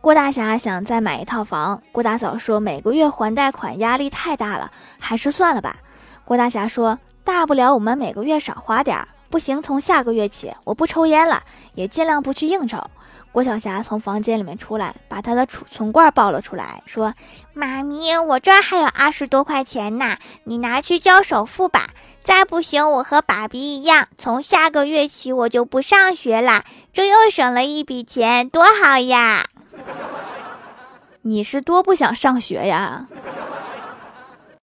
郭大侠想再买一套房，郭大嫂说每个月还贷款压力太大了，还是算了吧。郭大侠说大不了我们每个月少花点儿，不行从下个月起我不抽烟了，也尽量不去应酬。郭晓霞从房间里面出来，把她的存罐抱了出来，说妈咪，我这儿还有20多块钱呢，你拿去交首付吧，再不行我和爸比一样，从下个月起我就不上学了，这又省了一笔钱，多好呀。你是多不想上学呀？